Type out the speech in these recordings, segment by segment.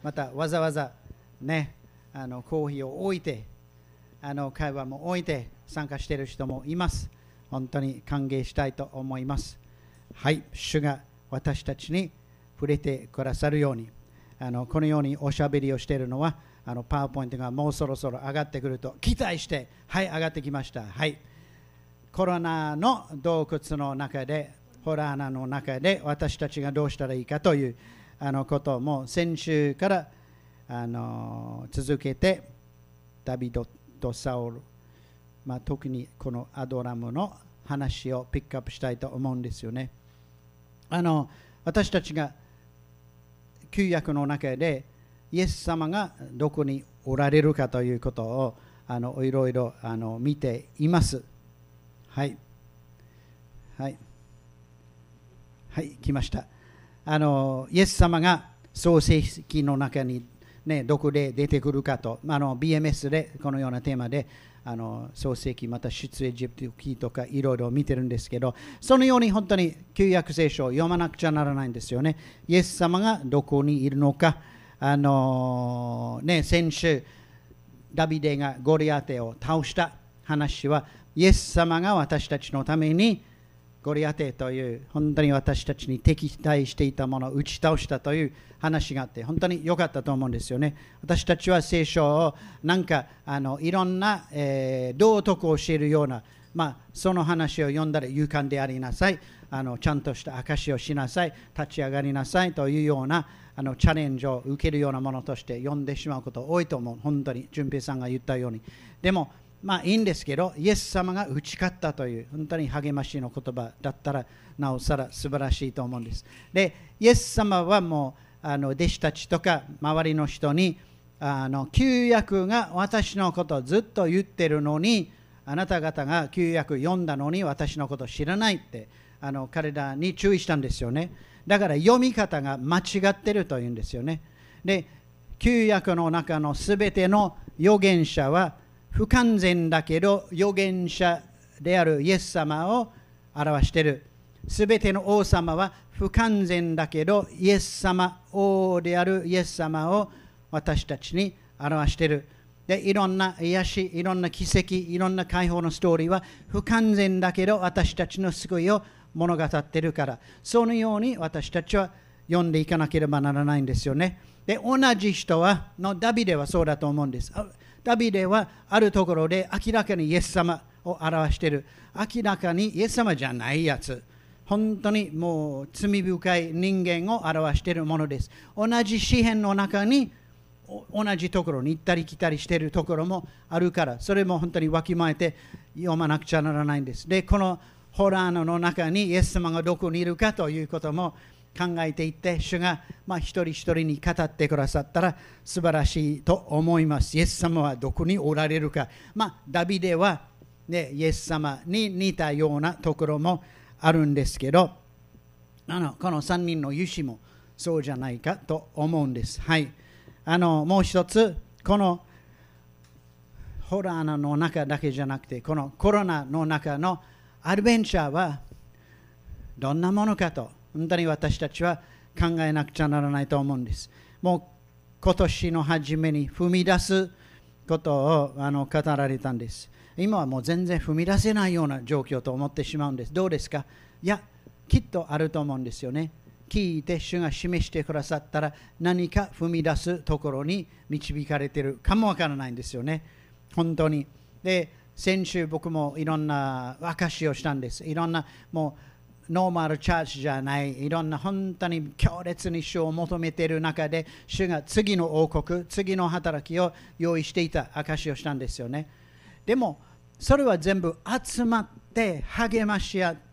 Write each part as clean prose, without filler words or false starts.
またわざわざね、コーヒーを置いて、会話も置いて参加している人もいます。本当に歓迎したいと思います。はい、主が私たちに触れてくださるように、このようにおしゃべりをしているのは、パワーポイントがもうそろそろ上がってくると期待して、はい、上がってきました。はい、コロナの洞窟の中で、ホラー穴の中で私たちがどうしたらいいかということも先週から続けて、ダビデとサウル、特にこのアドラムの話をピックアップしたいと思うんですよね。私たちが旧約の中でイエス様がどこにおられるかということをいろいろ見ています。はい。はい。はい、来ました。イエス様が創世記の中に、どこで出てくるかと、BMS でこのようなテーマで創世記また出エジプト記とかいろいろ見てるんですけど、そのように本当に旧約聖書を読まなくちゃならないんですよね。イエス様がどこにいるのか、先週ダビデがゴリアテを倒した話は、イエス様が私たちのためにゴリアテという本当に私たちに敵対していたものを打ち倒したという話があって、本当に良かったと思うんですよね。私たちは聖書をなんかいろんな、道徳を教えるような、その話を読んだら勇敢でありなさい、ちゃんとした証しをしなさい、立ち上がりなさいというようなチャレンジを受けるようなものとして読んでしまうこと多いと思う。本当に順平さんが言ったように。でもいいんですけど、イエス様が打ち勝ったという本当に励ましの言葉だったらなおさら素晴らしいと思うんです。で、イエス様はもう弟子たちとか周りの人に旧約が私のことをずっと言ってるのに、あなた方が旧約読んだのに私のことを知らないって彼らに注意したんですよね。だから読み方が間違ってるというんですよね。で、旧約の中のすべての預言者は不完全だけど預言者であるイエス様を表している。すべての王様は不完全だけどイエス様、王であるイエス様を私たちに表している。で、いろんな癒し、いろんな奇跡、いろんな解放のストーリーは不完全だけど私たちの救いを物語っているから、そのように私たちは読んでいかなければならないんですよね。で、同じ人のダビデはそうだと思うんです。ダビデはあるところで明らかにイエス様を表している。明らかにイエス様じゃないやつ。本当にもう罪深い人間を表しているものです。同じ詩篇の中に同じところに行ったり来たりしているところもあるから、それも本当にわきまえて読まなくちゃならないんです。で、このホラーの中にイエス様がどこにいるかということも考えていって、主が一人一人に語ってくださったら素晴らしいと思います。イエス様はどこにおられるか。ダビデは、イエス様に似たようなところもあるんですけど、この3人の勇士もそうじゃないかと思うんです。はい。もう一つ、このホラーの中だけじゃなくて、このコロナの中のアドベンチャーはどんなものかと、本当に私たちは考えなくちゃならないと思うんです。もう今年の初めに踏み出すことを語られたんです。今はもう全然踏み出せないような状況と思ってしまうんです。どうですか？いや、きっとあると思うんですよね。聞いて主が示してくださったら何か踏み出すところに導かれているかもわからないんですよね。本当に。で、先週僕もいろんな証しをしたんです。いろんなもうノーマルチャーチじゃないいろんな本当に強烈に主を求めている中で、主が次の王国、次の働きを用意していた証しをしたんですよね。でもそれは全部集まって励まし合って、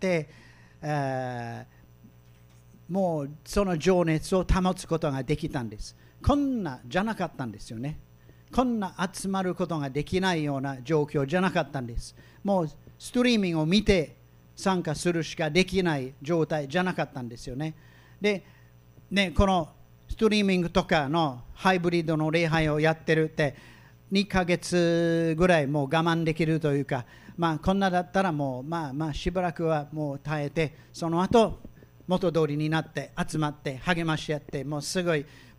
もうその情熱を保つことができたんです。こんなじゃなかったんですよね。こんな集まることができないような状況じゃなかったんです。もうストリーミングを見て参加するしかできない状態じゃなかったんですよね。で、このストリーミングとかのハイブリッドの礼拝をやってるって2ヶ月ぐらいもう我慢できるというか、こんなだったらもうしばらくはもう耐えて、その後元通りになって集まって励まし合って、もうすごい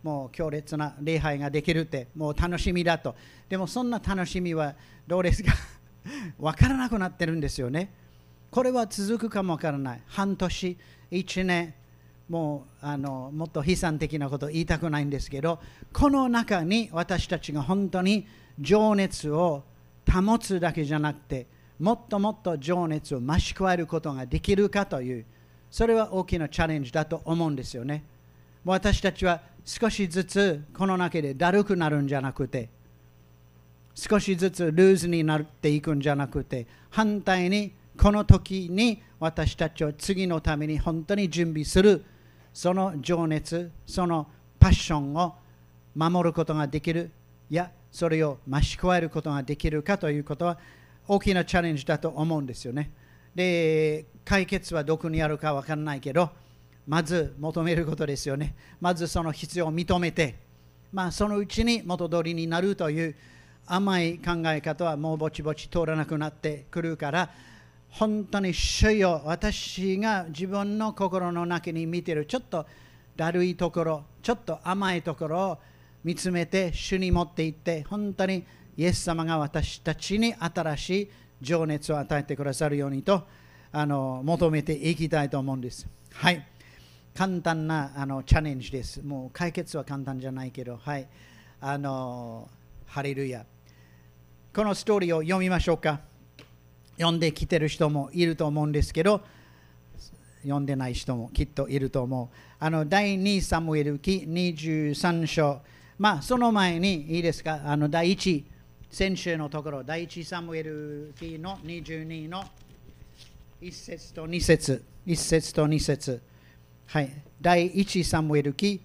もう強烈な礼拝ができるって、もう楽しみだと。でもそんな楽しみはどうですか分からなくなってるんですよね。これは続くかも分からない。半年、1年、もっと悲惨的なことを言いたくないんですけど、この中に私たちが本当に情熱を保つだけじゃなくて、もっともっと情熱を増し加えることができるかという、それは大きなチャレンジだと思うんですよね。私たちは少しずつこの中でだるくなるんじゃなくて、少しずつルーズになっていくんじゃなくて、反対にこの時に私たちは次のために本当に準備する、その情熱、そのパッションを守ることができる、いや、それを増し加えることができるかということは大きなチャレンジだと思うんですよね。で、解決はどこにあるか分からないけど、まず求めることですよね。まずその必要を認めて、そのうちに元通りになるという甘い考え方はもうぼちぼち通らなくなってくるから、本当に主よ、私が自分の心の中に見ているちょっとだるいところ、ちょっと甘いところを見つめて主に持っていって、本当にイエス様が私たちに新しい情熱を与えてくださるようにと求めていきたいと思うんです。はい。簡単なチャレンジです。もう解決は簡単じゃないけど、はい。ハレルヤ。このストーリーを読みましょうか。読んできてる人もいると思うんですけど、読んでない人もきっといると思う。第2サムエル記23章。その前にいいですか、第1、先週のところ、第1サムエル記の22の1節と2節、1節と2節。はい。第1サムエル記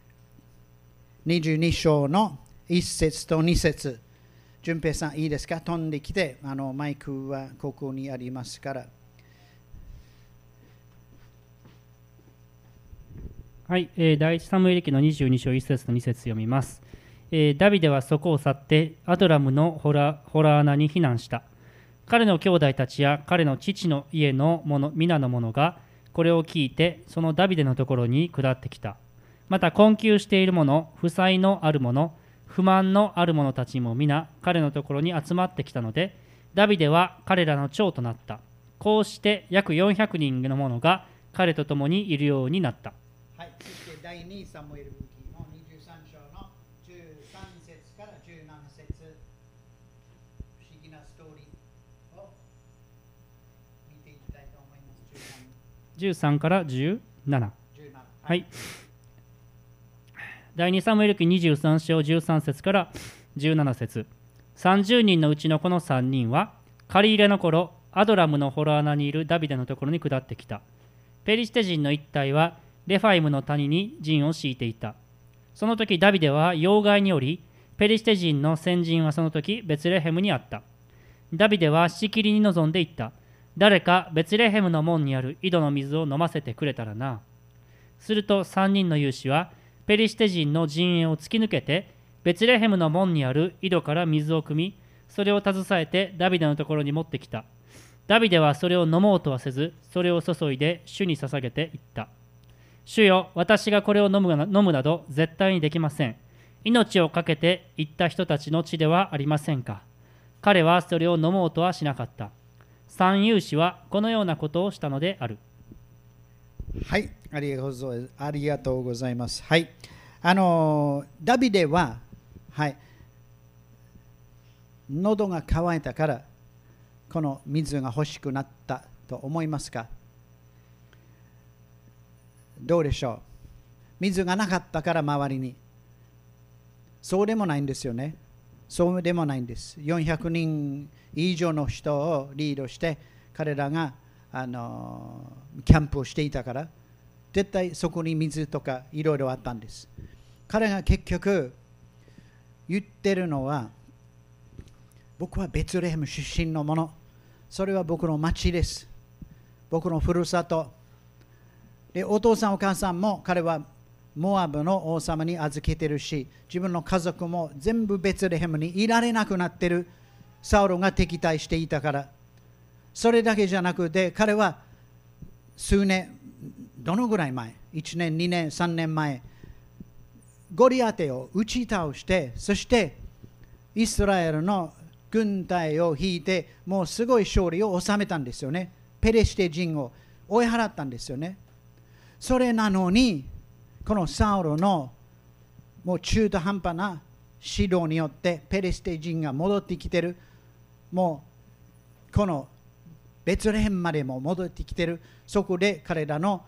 22章の1節と2節。順平さん、いいですか、飛んできて、マイクはここにありますから。 はい、第一サムエル記の22章1節と2節読みます。ダビデはそこを去ってアドラムのホラ穴に避難した。彼の兄弟たちや彼の父の家の皆の者がこれを聞いて、そのダビデのところに下ってきた。また困窮している者、負債のある者、不満のある者たちも皆彼のところに集まってきたので、ダビデは彼らの長となった。こうして約400人の者が彼と共にいるようになった。 はい、そして第2サムエル記の23章の13節から17節、不思議なストーリーを見ていきたいと思います。 13から17。はい。第2サムエル記23章13節から17節。30人のうちのこの3人は、借り入れの頃、アドラムのホラ穴にいるダビデのところに下ってきた。ペリシテ人の一帯は、レファイムの谷に陣を敷いていた。その時ダビデは要害におり、ペリシテ人の先陣はその時ベツレヘムにあった。ダビデはしきりに臨んでいった。誰かベツレヘムの門にある井戸の水を飲ませてくれたらな。すると3人の勇士は、ペリシテ人の陣営を突き抜けて、ベツレヘムの門にある井戸から水を汲み、それを携えてダビデのところに持ってきた。ダビデはそれを飲もうとはせず、それを注いで主に捧げていった。主よ、私がこれを飲むなど絶対にできません。命を懸けて行った人たちの血ではありませんか。彼はそれを飲もうとはしなかった。三勇士はこのようなことをしたのである。 はい、ありがとうございます。はい、ダビデは、はい、喉が渇いたからこの水が欲しくなったと思いますか。どうでしょう。水がなかったから周りに。そうでもないんですよね。そうでもないんです。400人以上の人をリードして彼らがキャンプをしていたから、絶対そこに水とかいろいろあったんです。彼が結局言ってるのは、僕はベツレヘム出身のもの、それは僕の町です。僕のふるさとで、お父さんお母さんも彼はモアブの王様に預けてるし、自分の家族も全部ベツレヘムにいられなくなってる。サウロが敵対していたから。それだけじゃなくて、彼は数年、どのぐらい前、1年2年3年前、 ゴリアテを打ち倒して、そしてイスラエルの軍隊を引いて、もうすごい勝利を収めたんですよね。ペレシテ人を追い払ったんですよね。それなのに、このサウロのもう中途半端な指導によってペレシテ人が戻ってきてる。もうこのベツレヘムまでも戻ってきてる。そこで彼らの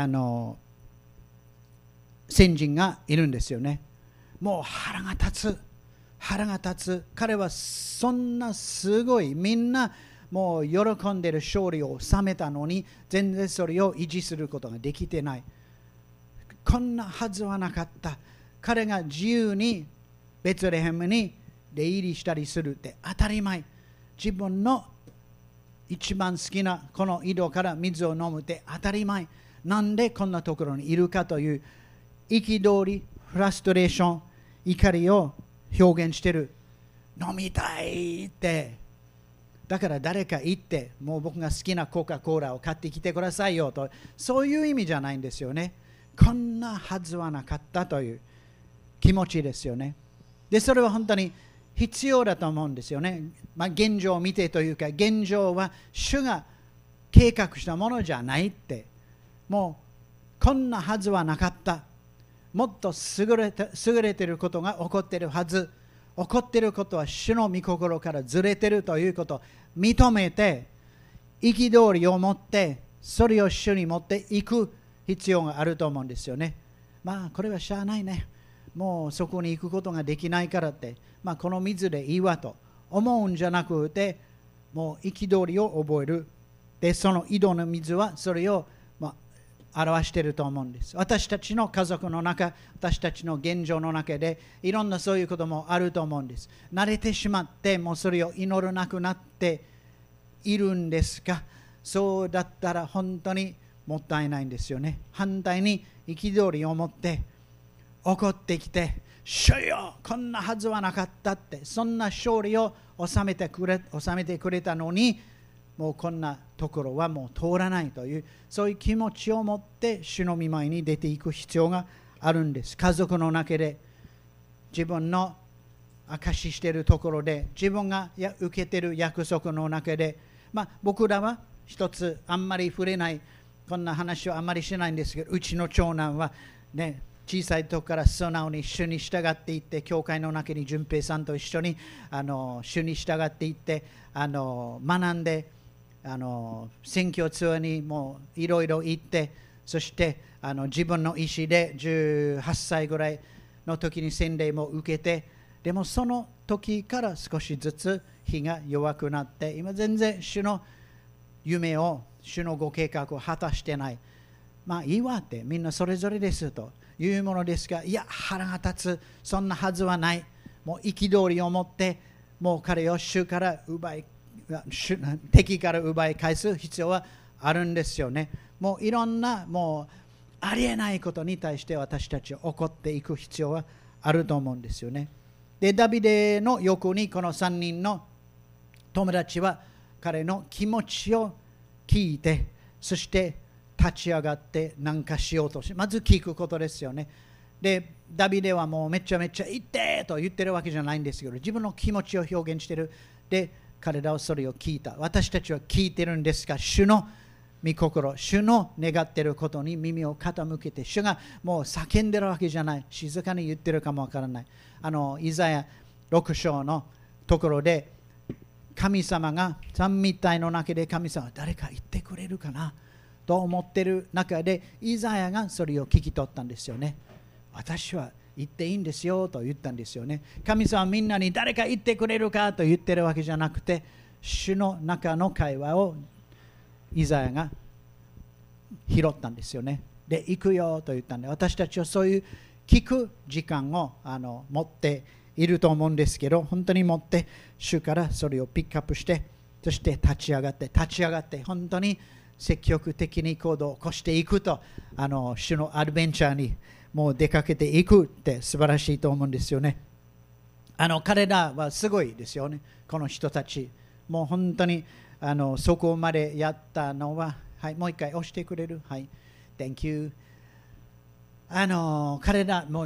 先人がいるんですよね。もう腹が立つ。彼はそんなすごい、みんなもう喜んでる勝利を収めたのに、全然それを維持することができてない。こんなはずはなかった。彼が自由にベツレヘムに出入りしたりするって当たり前。自分の一番好きなこの井戸から水を飲むって当たり前。なんでこんなところにいるかという憤り、フラストレーション、怒りを表現してる。飲みたいって。だから誰か行って、もう僕が好きなコカ・コーラを買ってきてくださいよと、そういう意味じゃないんですよね。こんなはずはなかったという気持ちですよね。で、それは本当に必要だと思うんですよね。現状を見てというか、現状は主が計画したものじゃないって。もうこんなはずはなかった。もっと優れていることが起こっているはず。起こっていることは主の御心からずれているということを認めて、憤りを持ってそれを主に持っていく必要があると思うんですよね。これはしゃあないね。もうそこに行くことができないからって、この水でいいわと思うんじゃなくて、もう憤りを覚える。で、その井戸の水はそれを表していると思うんです。私たちの家族の中、私たちの現状の中でいろんなそういうこともあると思うんです。慣れてしまってもうそれを祈らなくなっているんですが、そうだったら本当にもったいないんですよね。反対に憤りを持って怒ってきて、主よこんなはずはなかったって、そんな勝利を収めてくれたのに、もうこんなところはもう通らないという、そういう気持ちを持って主の御前に出ていく必要があるんです。家族の中で、自分の証ししているところで、自分が受けている約束の中で、僕らは一つあんまり触れない、こんな話をあんまりしないんですけど、うちの長男はね、小さい時から素直に主に従っていって、教会の中に順平さんと一緒に主に従っていって学んで、宣教ツアーにもいろいろ行って、そして自分の意思で18歳ぐらいの時に洗礼も受けて、でもその時から少しずつ火が弱くなって、今全然主の夢を、主のご計画を果たしてない。いいわって、みんなそれぞれですというものですが、いや腹が立つ、そんなはずはない。もう憤りを持って、もう彼を主から敵から奪い返す必要はあるんですよね。もういろんなもうありえないことに対して私たちは怒っていく必要はあると思うんですよね。で、ダビデの横にこの3人の友達は彼の気持ちを聞いて、そして立ち上がって何かしようとし、まず聞くことですよね。で、ダビデはもうめちゃめちゃ言ってと言ってるわけじゃないんですけど、自分の気持ちを表現している。で、彼らはそれを聞いた。私たちは聞いてるんですが、主の御心、主の願っていることに耳を傾けて、主がもう叫んでるわけじゃない、静かに言ってるかもわからない。イザヤ6章のところで、神様が三位一体の中で神様は誰か言ってくれるかなと思ってる中で、イザヤがそれを聞き取ったんですよね。私は言っていいんですよと言ったんですよね。神様はみんなに誰か言ってくれるかと言ってるわけじゃなくて、主の中の会話をイザヤが拾ったんですよね。で、行くよと言ったんで、私たちはそういう聞く時間を持っていると思うんですけど、本当に持って主からそれをピックアップして、そして立ち上がって本当に積極的に行動を起こしていくと、主のアドベンチャーにもう出かけていくって素晴らしいと思うんですよね。彼らはすごいですよね。この人たちもう本当にそこまでやったのは、はい、もう一回押してくれる。はい、Thank you。彼らもう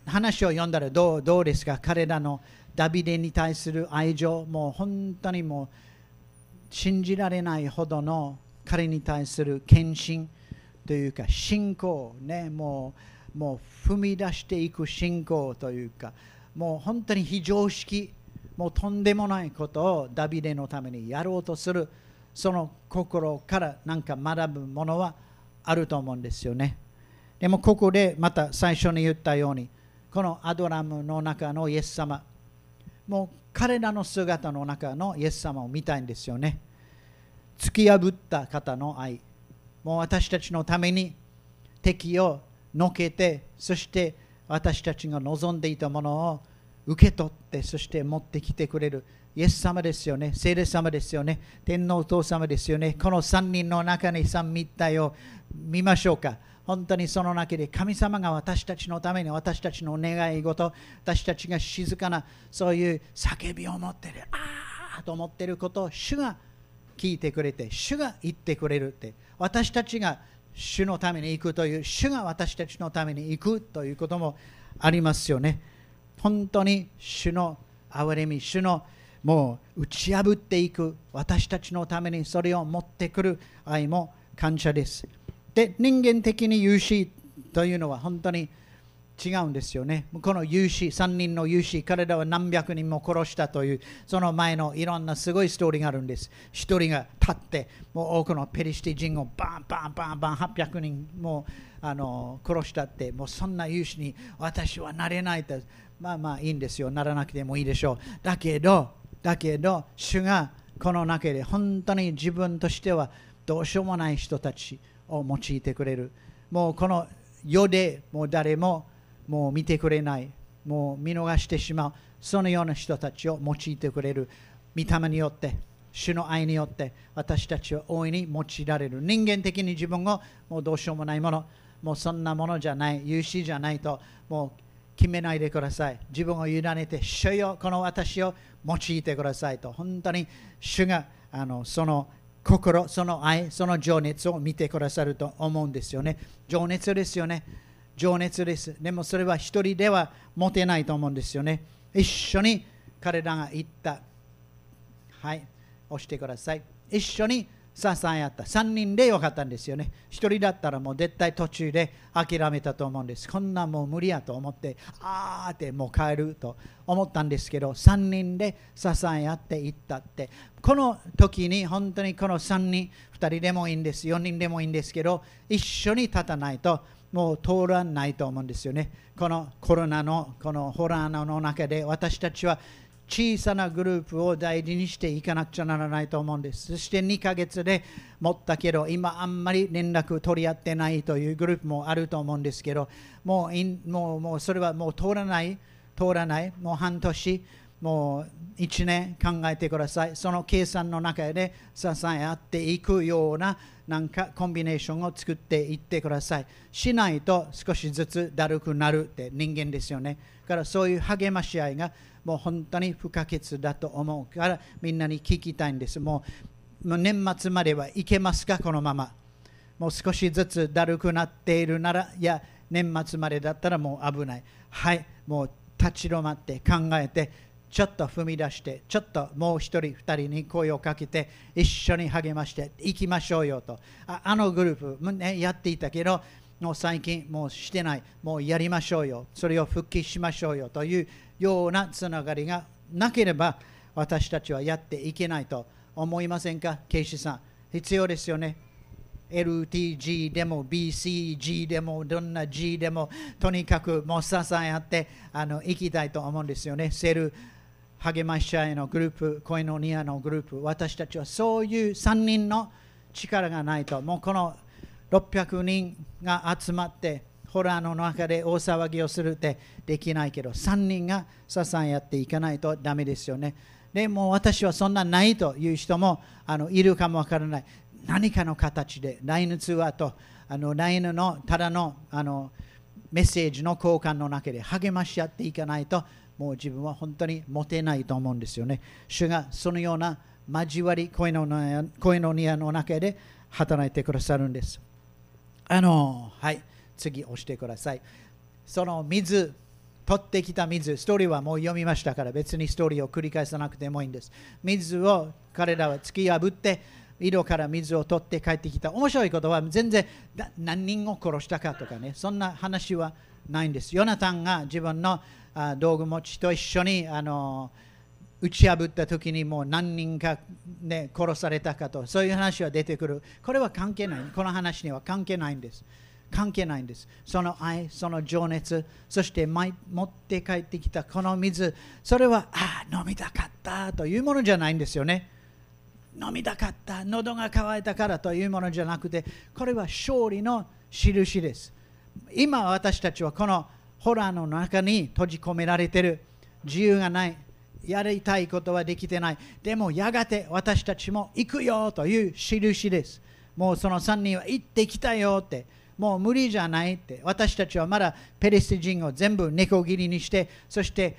話を読んだらどうですか？彼らのダビデに対する愛情、もう本当にもう信じられないほどの彼に対する献身というか信仰ね、もう踏み出していく信仰というか、もう本当に非常識、もうとんでもないことをダビデのためにやろうとする、その心からなんか学ぶものはあると思うんですよね。でもここでまた最初に言ったように、このアドラムの中のイエス様、もう彼らの姿の中のイエス様を見たいんですよね。突き破った方の愛、もう私たちのために敵をのけて、そして私たちが望んでいたものを受け取って、そして持ってきてくれるイエス様ですよね。聖霊様ですよね。天皇お父様ですよね。この3人の中に三密体を見ましょうか。本当にその中で神様が私たちのために、私たちの願い事、私たちが静かなそういう叫びを持っている、ああと思っていることを主が聞いてくれて、主が言ってくれるって、私たちが主のために行くという、主が私たちのために行くということもありますよね。本当に主の憐れみ、主のもう打ち破っていく、私たちのためにそれを持ってくる愛も感謝です。で、人間的に勇士というのは本当に違うんですよね。この勇士、3人の勇士、彼らは何百人も殺したという、その前のいろんなすごいストーリーがあるんです。一人が立って、もう多くのペリシテ人をバンバンバンバン800人も殺したって、もうそんな勇士に私はなれないと、まあいいんですよ。ならなくてもいいでしょう。だけど、主がこの中で本当に自分としてはどうしようもない人たちを用いてくれる。もうこの世でもう誰ももう見てくれない、もう見逃してしまう、そのような人たちを用いてくれる。御霊によって、主の愛によって私たちは大いに用いられる。人間的に自分をもうどうしようもないもの、もうそんなものじゃない、勇士じゃないともう決めないでください。自分を委ねて、主よこの私を用いてくださいと、本当に主がその心、その愛、その情熱を見てくださると思うんですよね。情熱ですよね。情熱です。でもそれは一人では持てないと思うんですよね。一緒に彼らが言った。はい、押してください。一緒に支え合った。3人でよかったんですよね。一人だったらもう絶対途中で諦めたと思うんです。こんなもう無理やと思って、あーってもう帰ると思ったんですけど、3人で支え合っていったって。この時に本当にこの3人、2人でもいいんです。4人でもいいんですけど、一緒に立たないともう通らないと思うんですよね。このコロナのこのホラーの中で私たちは小さなグループを大事にしていかなくちゃならないと思うんです。そして2ヶ月で持ったけど、今あんまり連絡取り合ってないというグループもあると思うんですけど、もうそれはもう通らない、もう半年、もう1年考えてください。その計算の中で支え合っていくようななんかコンビネーションを作っていってください。しないと少しずつだるくなるって人間ですよね。だからそういう励まし合いがもう本当に不可欠だと思うからみんなに聞きたいんです。もう年末まではいけますか？このまま。もう少しずつだるくなっているなら、いや年末までだったらもう危ない。はい、もう立ち止まって考えて、ちょっと踏み出して、ちょっともう一人二人に声をかけて一緒に励ましていきましょうよと。あのグループ、ね、やっていたけどもう最近もうしてない、もうやりましょうよ、それを復帰しましょうよというようなつながりがなければ私たちはやっていけないと思いませんか？ケイシさん、必要ですよね。LTG でも BCG でもどんな G でもとにかくもう支え合っていきたいと思うんですよね。セル励まし合いのグループ、コイノニアのグループ、私たちはそういう3人の力がないと、もうこの600人が集まってホラーの中で大騒ぎをするってできないけど、3人が支え合っていかないとダメですよね。でも私はそんなないという人もいるかもわからない。何かの形で LINE 通話とLINE のただのメッセージの交換の中で励まし合っていかないと、もう自分は本当に持てないと思うんですよね。主がそのような交わり、コイノニアの中で働いてくださるんです。はい、次押してください。その水、 取ってきた水、ストーリーはもう読みましたから別にストーリーを繰り返さなくてもいいんです。水を彼らは突き破って井戸から水を取って帰ってきた。面白いことは全然何人を殺したかとかね、そんな話はないんです。ヨナタンが自分の道具持ちと一緒に打ち破った時にもう何人か、ね、殺されたかと、そういう話は出てくる。これは関係ない。この話には関係ないんです。関係ないんです。その愛、その情熱、そして持って帰ってきたこの水、それは飲みたかったというものじゃないんですよね。飲みたかった、喉が渇いたからというものじゃなくて、これは勝利の印です。今私たちはこのホラーの中に閉じ込められている。自由がない。やりたいことはできてない。でもやがて私たちも行くよという印です。もうその3人は行ってきたよって。もう無理じゃないって。私たちはまだペリシテ人を全部猫切りにして、そして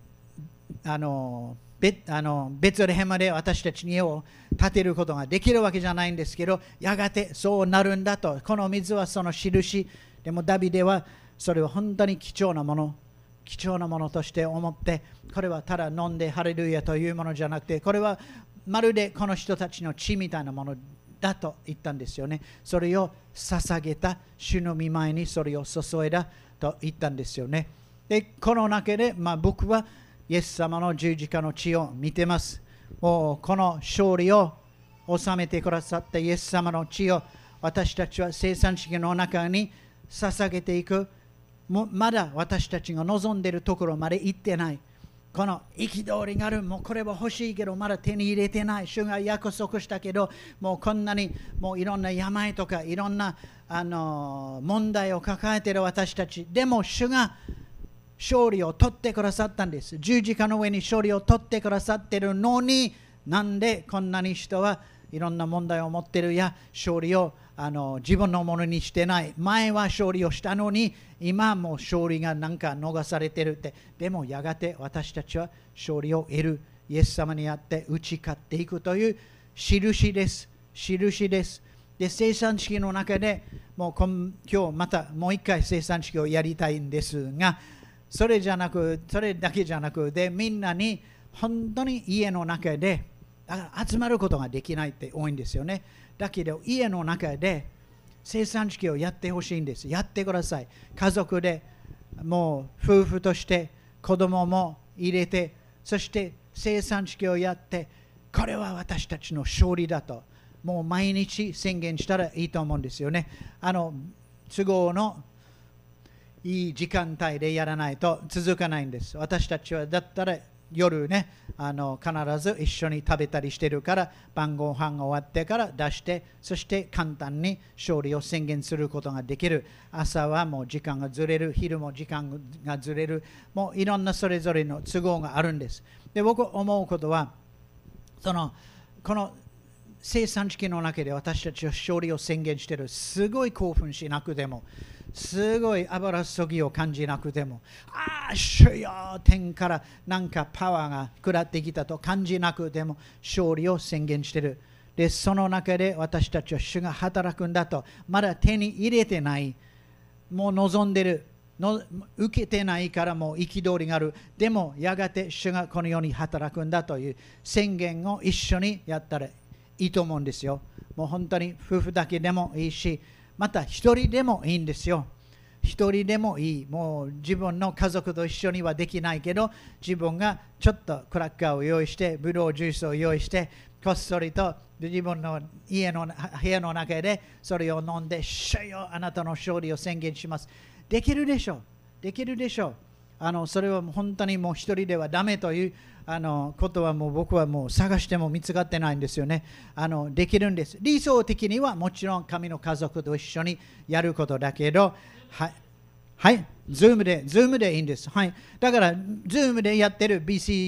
ベツレヘムで私たちに家を建てることができるわけじゃないんですけど、やがてそうなるんだと。この水はその印。でもダビデはそれを本当に貴重なものとして思って、これはただ飲んでハレルヤというものじゃなくて、これはまるでこの人たちの血みたいなものだと言ったんですよね。それを捧げた、主の御前にそれを注いだと言ったんですよね。でこの中で、僕はイエス様の十字架の血を見てます。もうこの勝利を収めてくださったイエス様の血を私たちは生産式の中に捧げていく。まだ私たちが望んでいるところまで行ってない。この憤りがある。もうこれは欲しいけどまだ手に入れてない。主が約束したけど、もうこんなにもういろんな病とかいろんな問題を抱えている私たち。でも主が勝利を取ってくださったんです。十字架の上に勝利を取ってくださっているのに、なんでこんなに人はいろんな問題を持っているや勝利を自分のものにしてない。前は勝利をしたのに今もう勝利がなんか逃されているって。でもやがて私たちは勝利を得る。イエス様にあって打ち勝っていくという印です。印です。で生産式の中でもう今日またもう一回生産式をやりたいんですが、それだけじゃなくで、みんなに本当に家の中で集まることができないって多いんですよね。だけど家の中で生産式をやってほしいんです。やってください。家族でもう夫婦として子供も入れて、そして生産式をやって、これは私たちの勝利だともう毎日宣言したらいいと思うんですよね。都合のいい時間帯でやらないと続かないんです。私たちはだったら夜ね、必ず一緒に食べたりしてるから、晩ご飯が終わってから出して、そして簡単に勝利を宣言することができる。朝はもう時間がずれる、昼も時間がずれる、もういろんなそれぞれの都合があるんです。で、僕思うことは、この生産式の中で私たちは勝利を宣言している。すごい興奮しなくても、すごい油注ぎを感じなくても、主よ、天からなんかパワーが下ってきたと感じなくても勝利を宣言している。で、その中で私たちは主が働くんだと、まだ手に入れてない、もう望んでいる、受けてないからもう憤りがある。でもやがて主がこのように働くんだという宣言を一緒にやったらいいと思うんですよ。もう本当に夫婦だけでもいいし、また一人でもいいんですよ。一人でもいい。もう自分の家族と一緒にはできないけど、自分がちょっとクラッカーを用意して、ブドウジュースを用意して、こっそりと自分の家の部屋の中でそれを飲んで、主よ、あなたの勝利を宣言します。できるでしょう。できるでしょう。それは本当にもう一人ではダメということはもう僕はもう探しても見つかってないんですよね。できるんです。理想的にはもちろん神の家族と一緒にやることだけど、はい、ズームでいいんです。はい、だからズームでやってる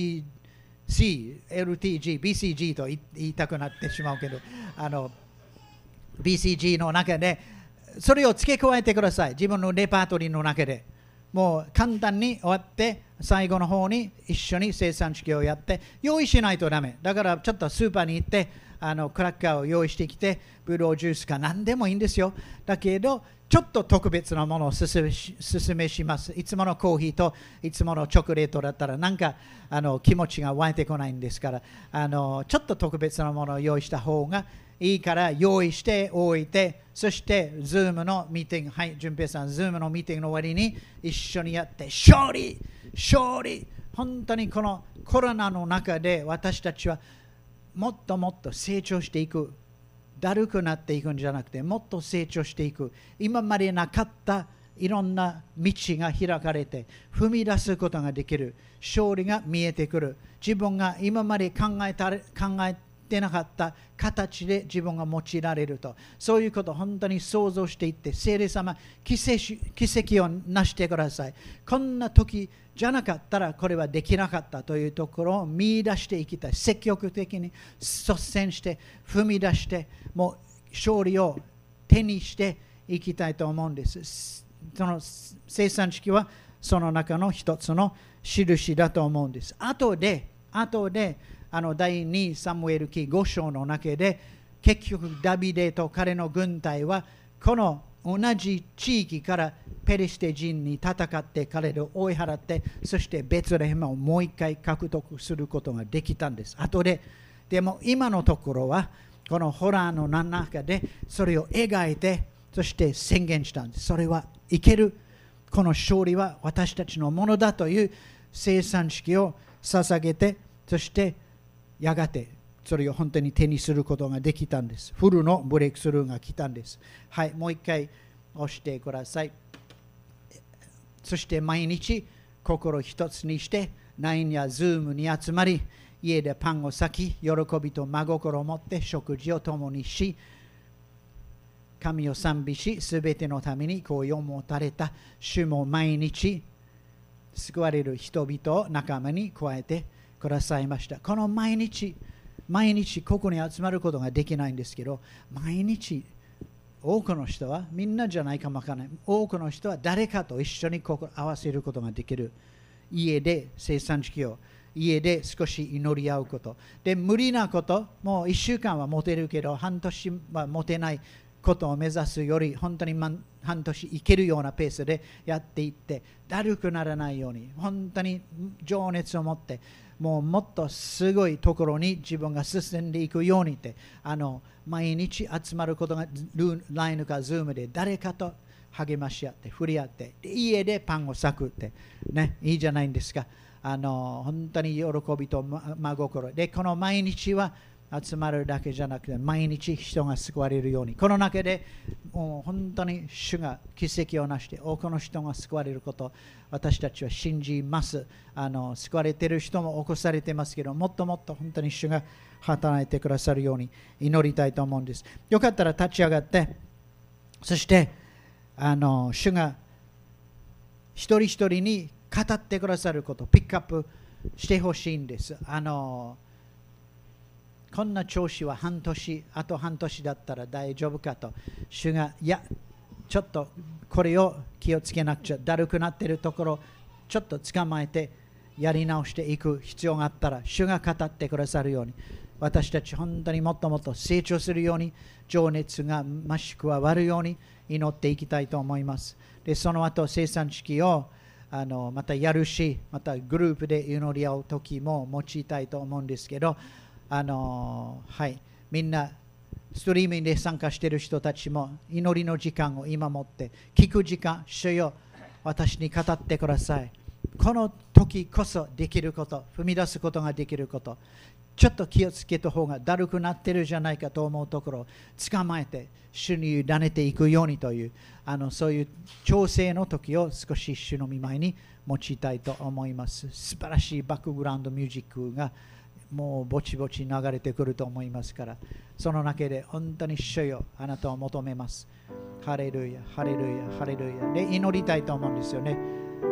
BCG と言いたくなってしまうけど、BCG の中でそれを付け加えてください。自分のレパートリーの中で。もう簡単に終わって最後の方に一緒に生産式をやって用意しないとダメだから、ちょっとスーパーに行ってクラッカーを用意してきて、ブドウジュースか何でもいいんですよ。だけど、ちょっと特別なものを勧めします。いつものコーヒーといつものチョコレートだったら、なんか気持ちが湧いてこないんですから、ちょっと特別なものを用意した方がいいから用意しておいて、そして、Zoom のミーティング、はい、淳平さん、Zoom のミーティングの終わりに一緒にやって、勝利本当にこのコロナの中で私たちはもっともっと成長していく。だるくなっていくんじゃなくて、もっと成長していく。今までなかったいろんな道が開かれて、踏み出すことができる。勝利が見えてくる。自分が今まで考えてなかった形で自分が用いられると。そういうことを本当に想像していって、聖霊様、奇跡をなしてください。こんな時じゃなかったらこれはできなかったというところを見出していきたい。積極的に率先して踏み出して、もう勝利を手にしていきたいと思うんです。その生産式はその中の一つの印だと思うんです。後で第2サムエル記5章の中で、結局ダビデと彼の軍隊はこの同じ地域からペリシテ人に戦って彼らを追い払って、そしてベツレヘムをもう一回獲得することができたんです。後で。でも今のところはこのホラーの中でそれを描いて、そして宣言したんです。それはいける。この勝利は私たちのものだという生産式を捧げて、そしてやがてそれを本当に手にすることができたんです。フルのブレイクスルーが来たんです。はい、もう一回押してください。そして毎日心一つにして、LINE や Zoom に集まり、家でパンを裂き、喜びと真心を持って食事を共にし、神を賛美し、すべてのために声を持たれた主も毎日救われる人々を仲間に加えてくださいました。この毎日ここに集まることができないんですけど、毎日多くの人は、みんなじゃないかもわからない、多くの人は誰かと一緒に心合わせることができる。家で生産式を、家で少し祈り合うことで、無理なこと、もう1週間は持てるけど半年は持てないことを目指すより、本当に半年いけるようなペースでやっていって、だるくならないように、本当に情熱を持って、もっとすごいところに自分が進んでいくようにって、毎日集まることが LINE か Zoom で誰かと励まし合って、振り合って、家でパンを裂くってね、いいじゃないんですか。本当に喜びと真心で、この毎日は集まるだけじゃなくて、毎日人が救われるように、この中でもう本当に主が奇跡をなして多くの人が救われることを私たちは信じます。救われている人も起こされていますけど、もっともっと本当に主が働いてくださるように祈りたいと思うんです。よかったら立ち上がって、そして主が一人一人に語ってくださることをピックアップしてほしいんです。こんな調子はあと半年だったら大丈夫かと、主がいや、ちょっとこれを気をつけなくちゃ、だるくなっているところちょっと捕まえてやり直していく必要があったら、主が語ってくださるように、私たち本当にもっともっと成長するように、情熱が増し加わるように祈っていきたいと思います。でその後生産式をまたやるし、またグループで祈り合う時も用いたいと思うんですけど、はい、みんなストリーミングで参加している人たちも祈りの時間を今持って聞く時間、主よ私に語ってください。この時こそできること、踏み出すことができること、ちょっと気をつけた方がだるくなってるじゃないかと思うところを捕まえて主に委ねていくようにという、そういう調整の時を少し主の御前に用いたいと思います。素晴らしいバックグラウンドミュージックがもうぼちぼち流れてくると思いますから、その中で本当に主よあなたを求めます。ハレルヤハレルヤハレルヤで祈りたいと思うんですよね。